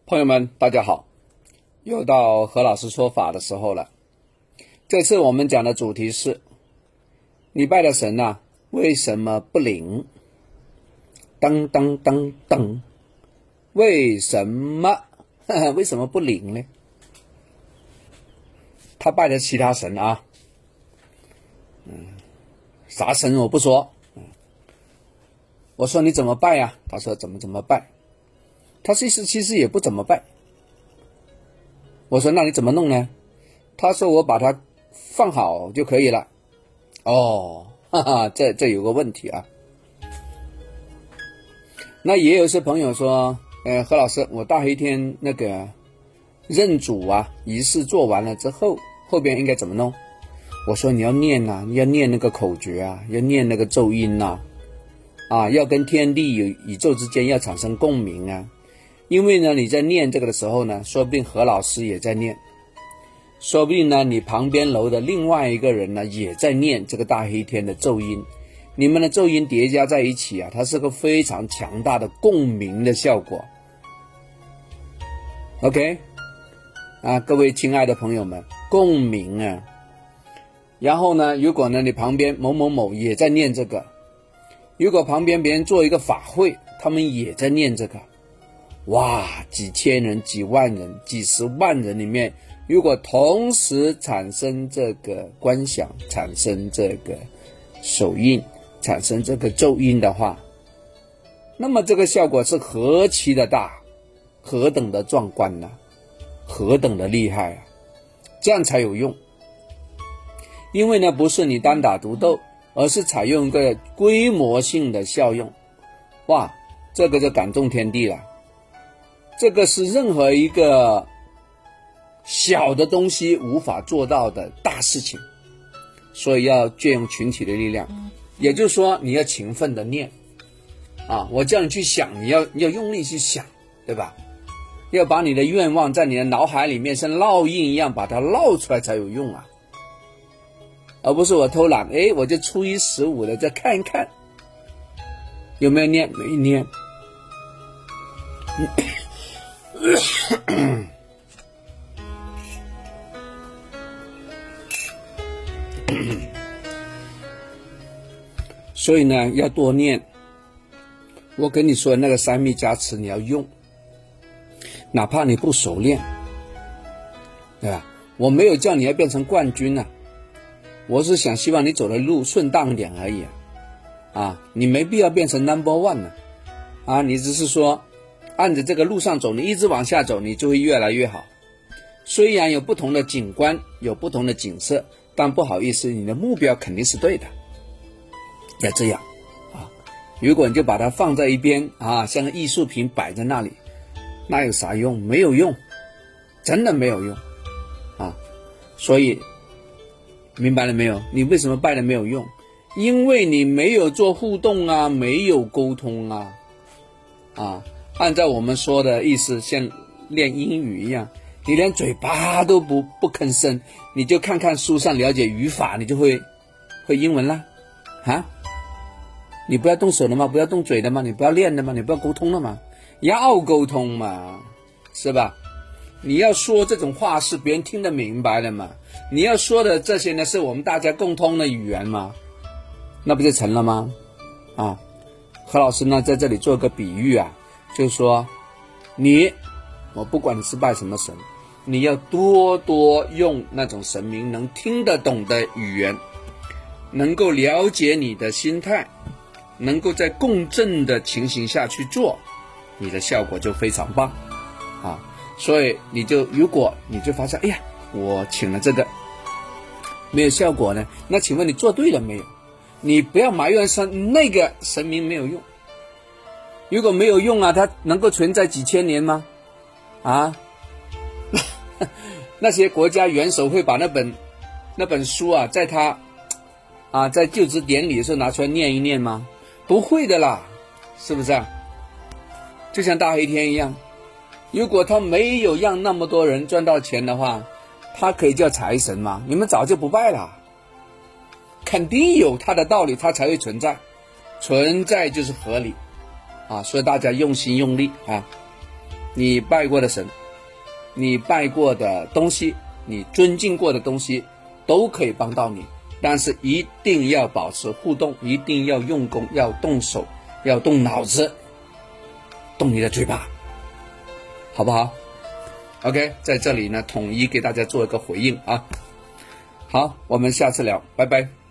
朋友们大家好，又到何老师说法的时候了。这次我们讲的主题是你拜的神啊，为什么不灵？当当当当，为什么为什么不灵呢？他拜的其他神啊，啥神我不说，我说你怎么拜啊？他说怎么拜，他其实也不怎么拜。我说那你怎么弄呢？他说我把它放好就可以了。哦，哈哈，这有个问题啊。那也有一些朋友说，何老师，我大黑天那个认主啊仪式做完了之后，后边应该怎么弄？我说你要念啊，你要念那个口诀啊，要念那个咒音啊，要跟天地宇宙之间要产生共鸣啊。因为呢你在念这个的时候呢，说不定何老师也在念，说不定呢你旁边楼的另外一个人呢也在念这个大黑天的咒音，你们的咒音叠加在一起啊，它是个非常强大的共鸣的效果。 OK 各位亲爱的朋友们，共鸣啊。然后呢如果呢你旁边某某某也在念这个，如果旁边别人做一个法会，他们也在念这个，哇，几千人几万人几十万人里面，如果同时产生这个观想，产生这个手印，产生这个咒音的话，那么这个效果是何其的大，何等的壮观呢，何等的厉害啊，这样才有用。因为呢不是你单打独斗，而是采用一个规模性的效用，哇，这个就感动天地了。这个是任何一个小的东西无法做到的大事情，所以要借用群体的力量。也就是说你要勤奋的念我叫你去想，你要用力去想，对吧？要把你的愿望在你的脑海里面像烙印一样把它烙出来才有用啊，而不是我偷懒，我就初一十五的再看一看有没有念，没念。所以呢要多念，我跟你说那个三密加持你要用，哪怕你不熟练，对吧？我没有叫你要变成冠军我是想希望你走的路顺当一点而已你没必要变成 No.1 你只是说按着这个路上走，你一直往下走，你就会越来越好。虽然有不同的景观，有不同的景色，但不好意思，你的目标肯定是对的，要这样如果你就把它放在一边像个艺术品摆在那里，那有啥用？没有用，真的没有用所以明白了没有？你为什么拜的没有用？因为你没有做互动没有沟通按照我们说的意思，像练英语一样，你连嘴巴都不吭声，你就看看书上了解语法，你就会英文啦你不要动手了吗？不要动嘴的吗？你不要练的吗？你不要沟通了吗？要沟通嘛，是吧？你要说这种话是别人听得明白的嘛，你要说的这些呢是我们大家共通的语言嘛，那不就成了吗？何老师呢在这里做个比喻就是说我不管你是拜什么神，你要多多用那种神明能听得懂的语言，能够了解你的心态，能够在共振的情形下去做，你的效果就非常棒所以如果你就发现我请了这个没有效果呢，那请问你做对了没有？你不要埋怨那个神明没有用，如果没有用它能够存在几千年吗？那些国家元首会把那本书在他在就职典礼的时候拿出来念一念吗？不会的啦，是不是就像大黑天一样，如果他没有让那么多人赚到钱的话，他可以叫财神吗？你们早就不拜了。肯定有他的道理，他才会存在，存在就是合理所以大家用心用力你拜过的神，你拜过的东西，你尊敬过的东西都可以帮到你，但是一定要保持互动，一定要用功，要动手，要动脑子，动你的嘴巴，好不好？ OK， 在这里呢统一给大家做一个回应啊。好，我们下次聊，拜拜。